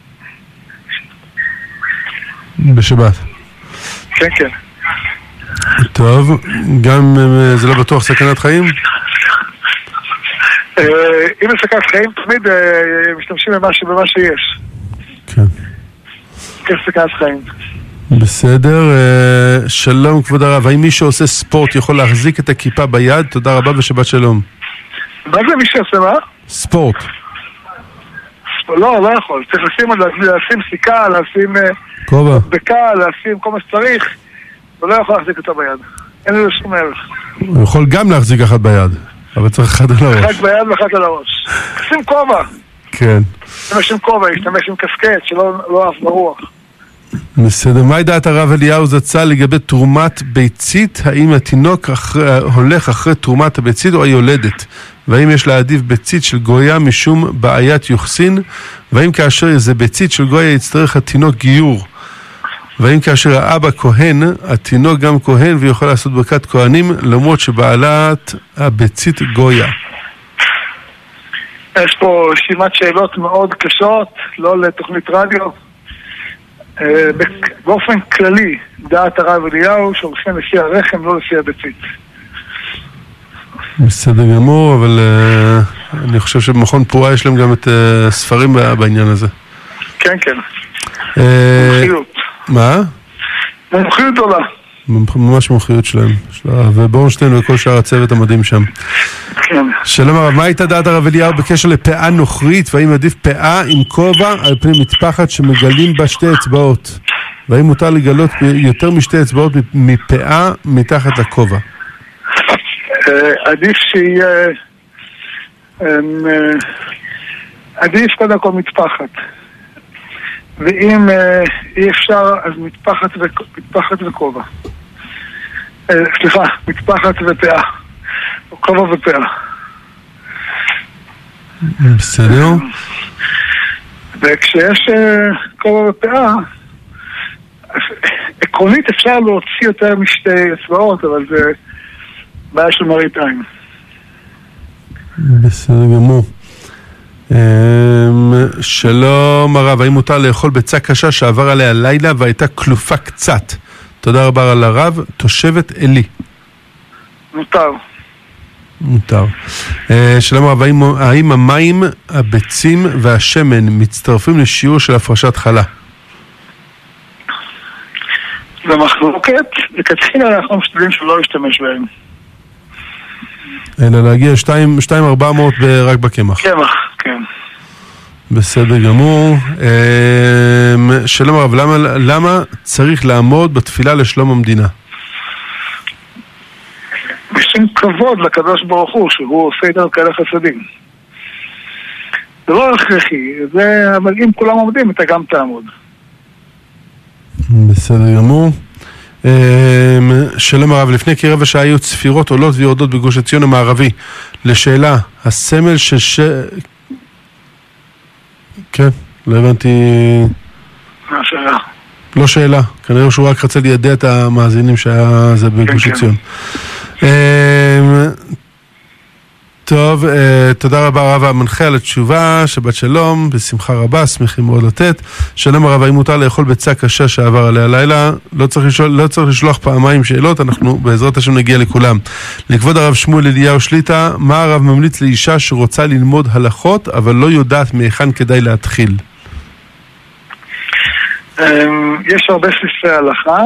בשבת. כן, כן. טוב, גם זה לא בטוח סכנת חיים? אם זה סכנת חיים, תמיד משתמשים במה שיש. כן. כן, סכנת חיים. בסדר. שלום כבוד הרב, האם מי שעושה ספורט יכול להחזיק את הכיפה ביד? תודה רבה ושבת שלום. מה זה מי שעושה מה? ספורט. לא יכול. צריך לשים סיכה, לשים כובע. בקה, לשים כל מה שצריך, ולא יכול להחזיק אותה ביד. אין לזה שום ערך. הוא יכול גם להחזיק אחת ביד, אבל צריך אחד על הראש. אחת ביד ואחת על הראש. שים כובע. כן. ישתמש עם כובע, ישתמש עם קסקט, שלא עף ברוח. בסדר. מהי דעת הרב אליהו זצ"ל לגבי תרומת ביצית? האם התינוק הולך אחרי תרומת הביצית או היולדת? והאם יש להעדיף ביצית של גויה משום בעיית יוחסין? והאם כאשר זה ביצית של גויה יצטרך התינוק גיור? והאם כאשר האבא כהן, התינוק גם כהן ויוכל לעשות ברכת כהנים למרות שבעלת הביצית גויה? יש פה רשימת שאלות מאוד קשות, לא לתוכנית רדיו. באופן כללי, דעת הרב אליהו שהולכים לפי הרחם, לא לפי הביצית. בסדר גמור, אבל אני חושב שבמכון פורה יש להם גם את ספרים בעניין הזה. כן, כן. מומחיות. מה? מומחיות עולה. ממש מומחיות שלהם. ובורנשטיין וכל שאר הצוות המדהים שם. כן. שלום הרב, מה הייתה דעת הרב אליהו בקשר לפאה נוכרית, והאם עדיף פאה עם כובע על פני מטפחת שמגלים בה שתי אצבעות? והאם מותר לגלות יותר משתי אצבעות מפאה מתחת לכובע? עדיף שיהיה... עדיף קודם כל מטפחת. ואם אי אפשר, אז מטפחת וכובע. סליחה, מטפחת ופאה. כובע ופאה. בסדר. וכשיש כובע ופאה, עקרונית אפשר להוציא יותר משתי אצבעות, אבל זה בעיה של מראית עין. בסדר גמור. שלום הרב, האם מותר לאכול ביצה קשה שעבר עליה לילה והייתה כלופה קצת? תודה רבה על הרב, תושבת אלי. מותר. שלום הרב, האם המים, הביצים והשמן מצטרפים לשיעור של הפרשת חלה? במחלוקת, לכתחילה אנחנו משתדלים שלא להשתמש בהם. אלא להגיע 2,400 רק בקמח. קמח, כן. בסדר גמור. שלום הרב, למה צריך לעמוד בתפילה לשלום המדינה? בשום כבוד לקדוש ברוך הוא, שהוא עושה איתנו כאלה חסדים. זה לא הכרחי, אבל אם כולם עומדים, אתה גם תעמוד. בסדר גמור. שלום הרב, לפני כרבע שעה היו צפירות עולות ויורדות בגוש עציון המערבי. לשאלה, הסמל כן, לא הבנתי. מה השאלה? לא שאלה, כנראה שהוא רק רצה לידע את המאזינים שהיה זה בגוש עציון. טוב, תודה רבה הרב המנחה על התשובה, שבת שלום, בשמחה רבה, שמחים מאוד לתת. שלום הרב, האם מותר לאכול ביצה קשה שעבר עליה לילה? לא צריך לשלוח פעמיים שאלות, אנחנו בעזרת השם נגיע לכולם. לכבוד הרב שמואל אליהו שליטה, מה הרב ממליץ לאישה שרוצה ללמוד הלכות, אבל לא יודעת מהיכן כדאי להתחיל? יש הרבה ספרי הלכה,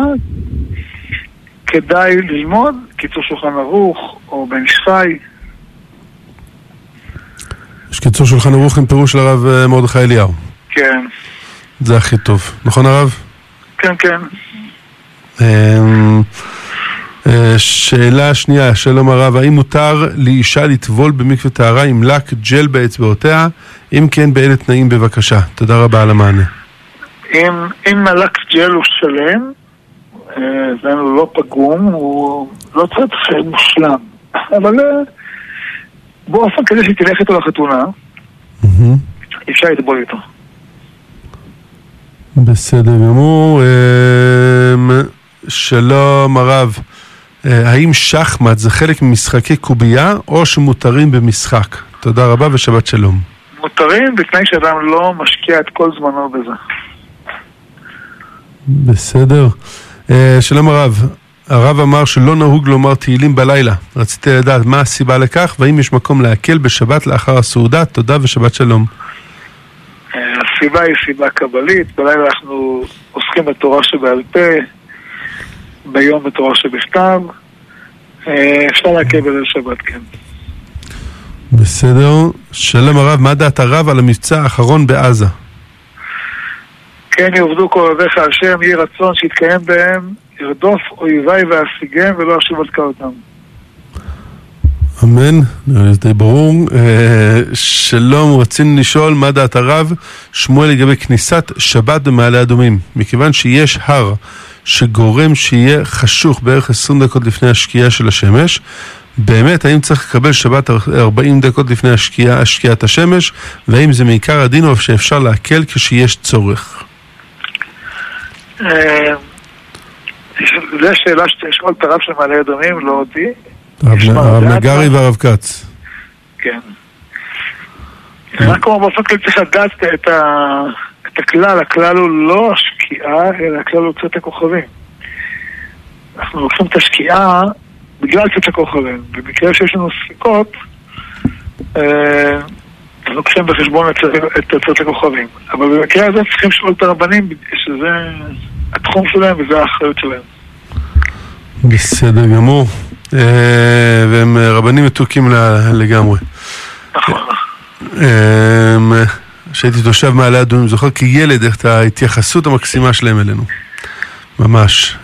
כדאי ללמוד, קיצור שולחן ערוך או בן איש חי. יש קיצור שולחן ערוך עם פירוש של הרב מרדכי אליהו. כן. זה הכי טוב, נכון הרב? כן, כן. שאלה שנייה, שלום הרב, האם מותר לאישה לטבול במקווה טהרה עם לק ג'ל באצבעותיה? אם כן, באלה תנאים בבקשה. תודה רבה על המענה. אם הלק ג'ל הוא שלם, זה לא פגום, הוא לא צריך להיות מושלם, אבל באופן כזה שתלך איתו לחתונה, אפשר לטבול איתו. בסדר גמור. שלום הרב, האם שחמט זה חלק ממשחקי קובייה או שמותרים במשחק? תודה רבה ושבת שלום. מותרים בתנאי שאדם לא משקיע את כל זמנו בזה. בסדר. שלום הרב, הרב אמר שלא נהוג לומר תהילים בלילה. רציתי לדעת מה הסיבה לכך והאם יש מקום להקל בשבת לאחר הסעודה. תודה ושבת שלום. הסיבה היא סיבה קבלית. בלילה אנחנו עוסקים בתורה שבעל פה, ביום בתורה שבכתב. אפשר להקל בליל שבת, כן. בסדר. שלום הרב, מה דעת הרב על המבצע האחרון בעזה? כן יעבדו כל אוהביך השם, יהי רצון שיתקיים בהם, ירדוף אויביי ואשיגם ולא אשיב עדך אותם. אמן, נראה לי די ברור. שלום, רצינו לשאול מה דעת הרב שמואל לגבי כניסת שבת במעלה אדומים. מכיוון שיש הר שגורם שיהיה חשוך בערך 20 דקות לפני השקיעה של השמש, באמת, האם צריך לקבל שבת 40 דקות לפני השקיעת השמש, והאם זה מעיקר הדין או שאפשר להקל כשיש צורך? זו שאלה שתשאול את הרב של מעלה אדומים, לא אותי. הרב נגרי והרב כץ. כן. רק כמו באופן כלל צריך לדעת את הכלל. הכלל הוא לא השקיעה, אלא הכלל הוא צאת הכוכבים. אנחנו לוקחים את השקיעה בגלל צאת הכוכבים. במקרה שיש לנו ספיקות, לוקחים בחשבון את צאת הכוכבים. אבל במקרה הזה צריכים לשאול את הרבנים, שזה התחום שלהם וזה האחריות שלהם. בסדר גמור. והם רבנים מתוקים לגמרי. נכון. שהייתי תושב מעלה אדומים, זוכר כילד איך את ההתייחסות המקסימה שלהם אלינו. ממש.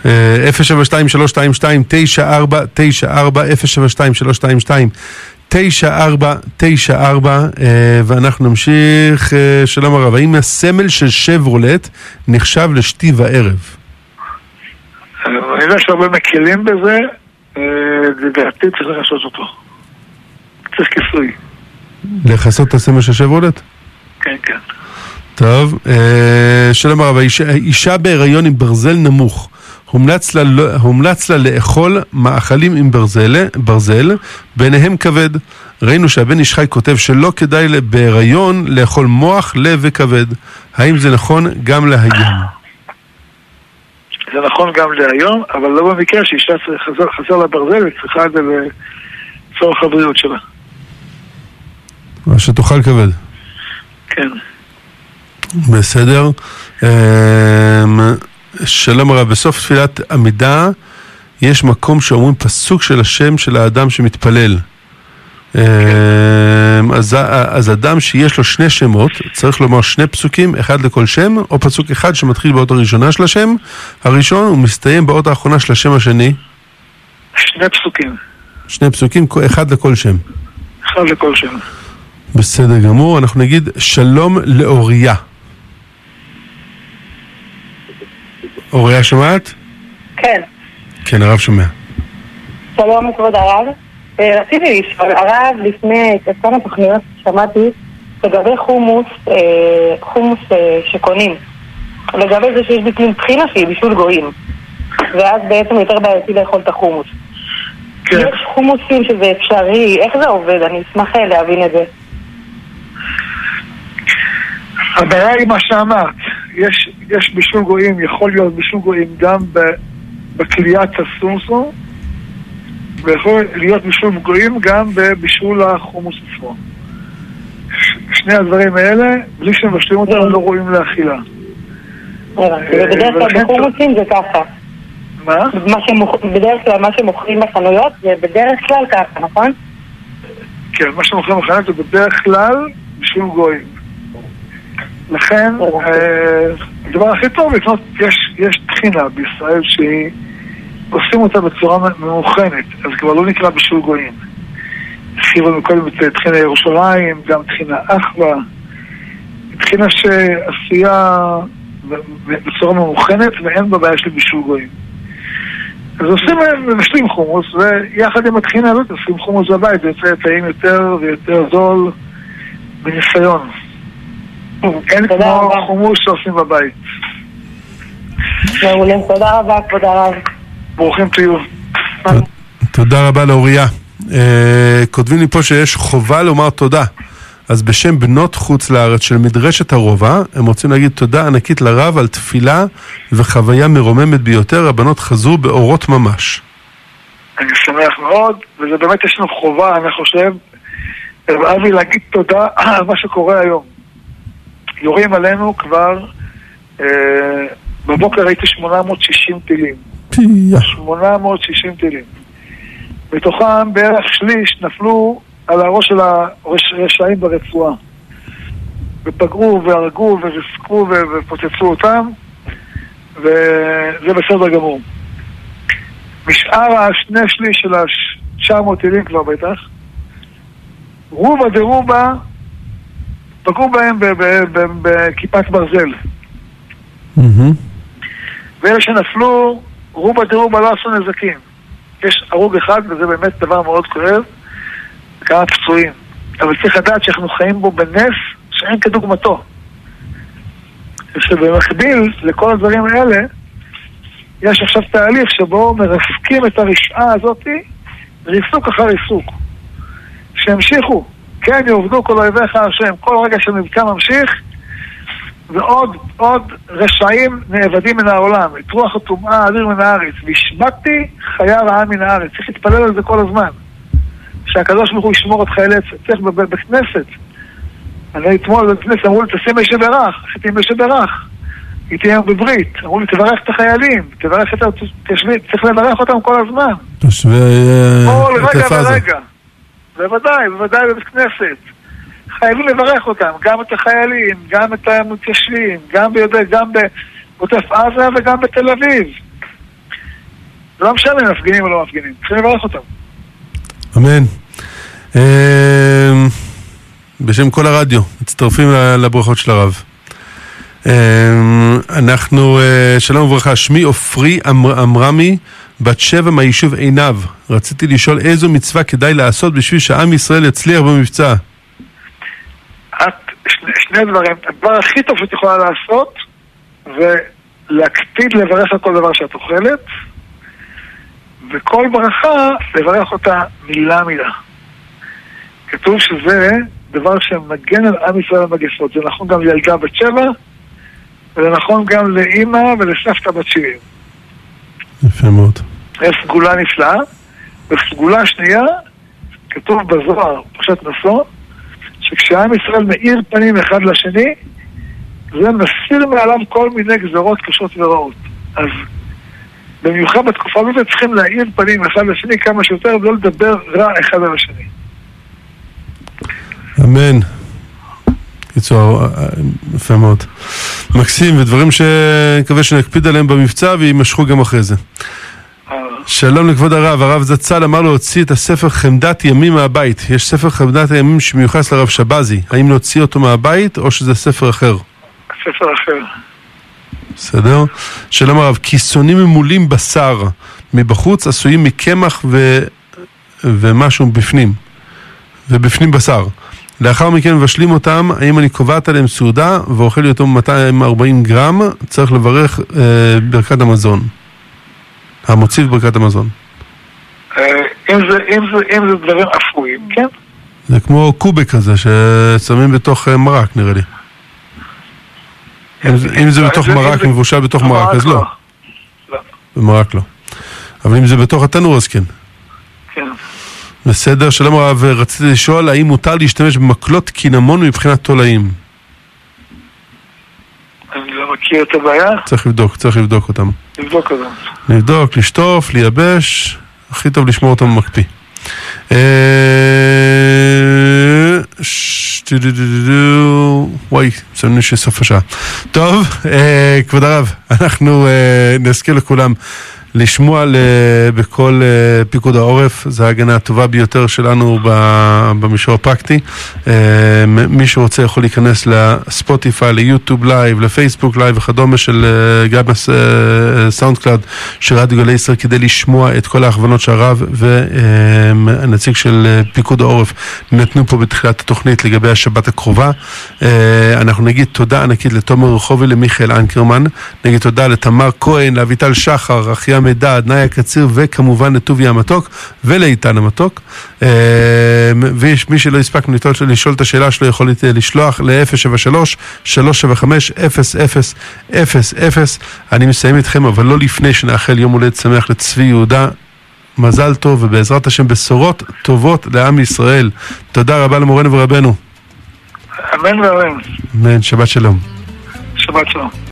072-322-9494, 072-322-9494, ואנחנו נמשיך. שלום הרב, האם הסמל של שברולט נחשב לשתי וערב? אני יודע שהרבה מקלים בזה, לדעתי צריך לחסות אותו. צריך כיסוי. לחסות את הסמל של שברולט? כן, כן. טוב, שלום הרב, אישה בהיריון עם ברזל נמוך, הומלץ לה לאכול מאכלים עם ברזל, ביניהם כבד. ראינו שהבן איש חי כותב שלא כדאי בהיריון לאכול מוח, לב וכבד. האם זה נכון גם להיום? זה נכון גם להיום, אבל לא במקרה שאישה חסר לה ברזל וצריכה את זה לצורך הבריאות שלה. מה שתאכל כבד. כן. בסדר. שלום הרב, בסוף תפילת עמידה יש מקום שאומרים פסוק של השם של האדם שמתפלל. אז אדם שיש לו שני שמות צריך לומר שני פסוקים, אחד לכל שם, או פסוק אחד שמתחיל באות הראשונה של השם הראשון ומסתיים באות האחרונה של השם השני. שני פסוקים. שני פסוקים, אחד לכל שם. אחד לכל שם. בסדר גמור. אנחנו נגיד שלום לאוריה. אוריה שומעת? כן. כן, הרב שומע. שלום כבוד הרב. רציתי לשאול, הרב, לפני כמה תוכניות שמעתי לגבי חומוס שקונים, לגבי זה שיש בפנים טחינה שהיא בישול גויים, ואז בעצם יותר בעייתי לאכול את החומוס. כן. יש חומוסים שזה אפשרי, איך זה עובד? אני אשמח להבין את זה. הבעיה היא מה שאמרת, יש בישול גויים, יכול להיות בישול גויים גם בקליית הסומסום, ויכול להיות בישול גויים גם בבישול החומוס עצמו. שני הדברים האלה, בלי שמבשלים אותם, לא רואים לאכילה. בדרך כלל בחומוסים זה ככה. מה? בדרך כלל מה שמוכרים בחנויות זה בדרך כלל ככה, נכון? כן, מה שמוכרים בחנויות זה בדרך כלל בשביל גויים. לכן, הדבר הכי טוב לקנות, יש תחינה בישראל שהיא עושים אותה בצורה ממוכנת, אז כבר לא נקרא בשביל גויים. התחילה מקודם את תחינה ירושלים, גם תחינה אחווה, תחינה שעשייה בצורה ממוכנת ואין בבעיה של בשביל גויים. אז עושים להם משלים חומוס, ויחד עם התחינה הזאת עושים חומוס בבית, זה יוצא טעים יותר ויותר זול בניסיון. אין כמו חומוס שעושים בבית. מעולה, תודה רבה, כבוד הרב. ברוכים תהיו. תודה רבה לאוריה. כותבים לי פה שיש חובה לומר תודה. אז בשם בנות חוץ לארץ של מדרשת הרובע, הם רוצים להגיד תודה ענקית לרב על תפילה וחוויה מרוממת ביותר. הבנות חזרו באורות ממש. אני שמח מאוד, וזה באמת יש לנו חובה, אני חושב, אבי להגיד תודה על מה שקורה היום. יורים עלינו כבר, בבוקר הייתי 860 טילים. 860 טילים. מתוכם בערך שליש נפלו על הראש של הרשעים ברצועה. ופגעו והרגו וריסקו ופוצצו אותם, וזה בסדר גמור. משאר השני שליש של 900 טילים כבר בטח, רובה דרובה, פגעו בהם בכיפת ברזל. ואלה שנפלו, רובה דרובה לא עשו נזקים. יש הרוג אחד, וזה באמת דבר מאוד כואב, כמה פצועים. אבל צריך לדעת שאנחנו חיים בו בנס שאין כדוגמתו. ושבמקביל לכל הדברים האלה, יש עכשיו תהליך שבו מרסקים את הרשעה הזאת, ריסוק אחר ריסוק. שהמשיכו, כן יעובדו כל אויביך השם, כל רגע שמבקע ממשיך, ועוד רשעים נאבדים מן העולם, את רוח הטומאה אדיר מן הארץ, והשמדתי חיה רעה מן הארץ. צריך להתפלל על זה כל הזמן, שהקדוש ברוך הוא ישמור את חיילי צריך בכנסת. אני אתמול בכנסת אמרו לי תשים מי שברך, עשיתי מי שברך, הייתי היום בברית, אמרו לי תברך את החיילים, תברך את התושבים, צריך לברך אותם כל הזמן, תושבי רגע ורגע. בוודאי בבית כנסת חייבים לברך אותם, גם את החיילים, גם את המתיישבים, גם בעוטף עזה וגם בתל אביב. זה לא משנה אם מפגינים או לא מפגינים, צריכים לברך אותם. אמן. בשם כל הרדיו מצטרפים לברכות של הרב. אנחנו, שלום וברכה, שמי אופרי אמרמי, בת 7 מהיישוב עינב. רציתי לשאול איזו מצווה כדאי לעשות בשביל שעם ישראל יצליח במבצע. שני דברים. הדבר הכי טוב שאת יכולה לעשות ולהקפיד לברך על כל דבר שאת אוכלת, וכל ברכה לברך אותה מילה מילה. כתוב שזה דבר שמגן על עם ישראל במגפות. זה נכון גם לילדה בת 7, וזה נכון גם לאמא ולסבתא בת 70. יפה מאוד. יש סגולה נפלאה, וסגולה שנייה, כתוב בזוהר, פרשת נשוא, שכשעם ישראל מאיר פנים אחד לשני, זה מסיר מעליו כל מיני גזרות קשות ורעות. אז במיוחד בתקופה הזאת צריכים להאיר פנים אחד לשני כמה שיותר, ולא לדבר רע אחד על השני. אמן. קיצור, יפה מאוד. מקסים, ודברים שנקווה שנקפיד עליהם במבצע וימשכו גם אחרי זה. שלום לכבוד הרב, הרב זצ"ל אמר להוציא את הספר חמדת ימים מהבית. יש ספר חמדת הימים שמיוחס לרב שבזי. האם להוציא אותו מהבית או שזה ספר אחר? ספר אחר. בסדר? שלום הרב, כיסונים ממולים בשר מבחוץ עשויים מקמח ומשהו בפנים. ובפנים בשר. לאחר מכן מבשלים אותם, האם אני קובעת עליהם סעודה ואוכל לי אותו 240 גרם, צריך לברך ברכת המזון. המוציף ברכת המזון. אם זה דברים אפויים, כן? זה כמו קובק כזה ששמים בתוך מרק, נראה לי. אם זה בתוך מרק, מבושל בתוך מרק, אז לא. במרק לא. אבל אם זה בתוך התנור, אז כן. כן. בסדר, שלום הרב, רציתי לשאול, האם מותר להשתמש במקלות קינמון מבחינת תולעים? אני לא מכיר. יש לי יותר בעיה? צריך לבדוק אותם. לבדוק אותם. לבדוק, לשטוף, לייבש, הכי טוב לשמור אותם במקפיא. וואי, סמנו שסוף השעה. טוב, כבוד הרב, אנחנו נזכיר לכולם לשמוע בכל פיקוד העורף, זה ההגנה הטובה ביותר שלנו במישור הפרקטי. מי שרוצה יכול להיכנס לספוטיפיי, ליוטיוב לייב, לפייסבוק לייב וכדומה של גם סאונד קלאוד של רדיו גלי ישראל, כדי לשמוע את כל ההכוונות שהרב והנציג של פיקוד העורף נתנו פה בתחילת התוכנית לגבי השבת הקרובה. אנחנו נגיד תודה ענקית לתומר רחובי, למיכאל אנקרמן, נגיד תודה לתמר כהן, לאביטל שחר, אחיה מדד, נאיה קציר, וכמובן לטוביה המתוק ולאיתן המתוק. ומי שלא הספקנו לשאול את השאלה שלו יכול לשלוח ל-073-375-0000. אני מסיים איתכם, אבל לא לפני שנאחל יום הולדת שמח לצבי יהודה. מזל טוב, ובעזרת השם בשורות טובות לעם ישראל. תודה רבה למורנו ורבנו. אמן ואמן. אמן, שבת שלום. שבת שלום.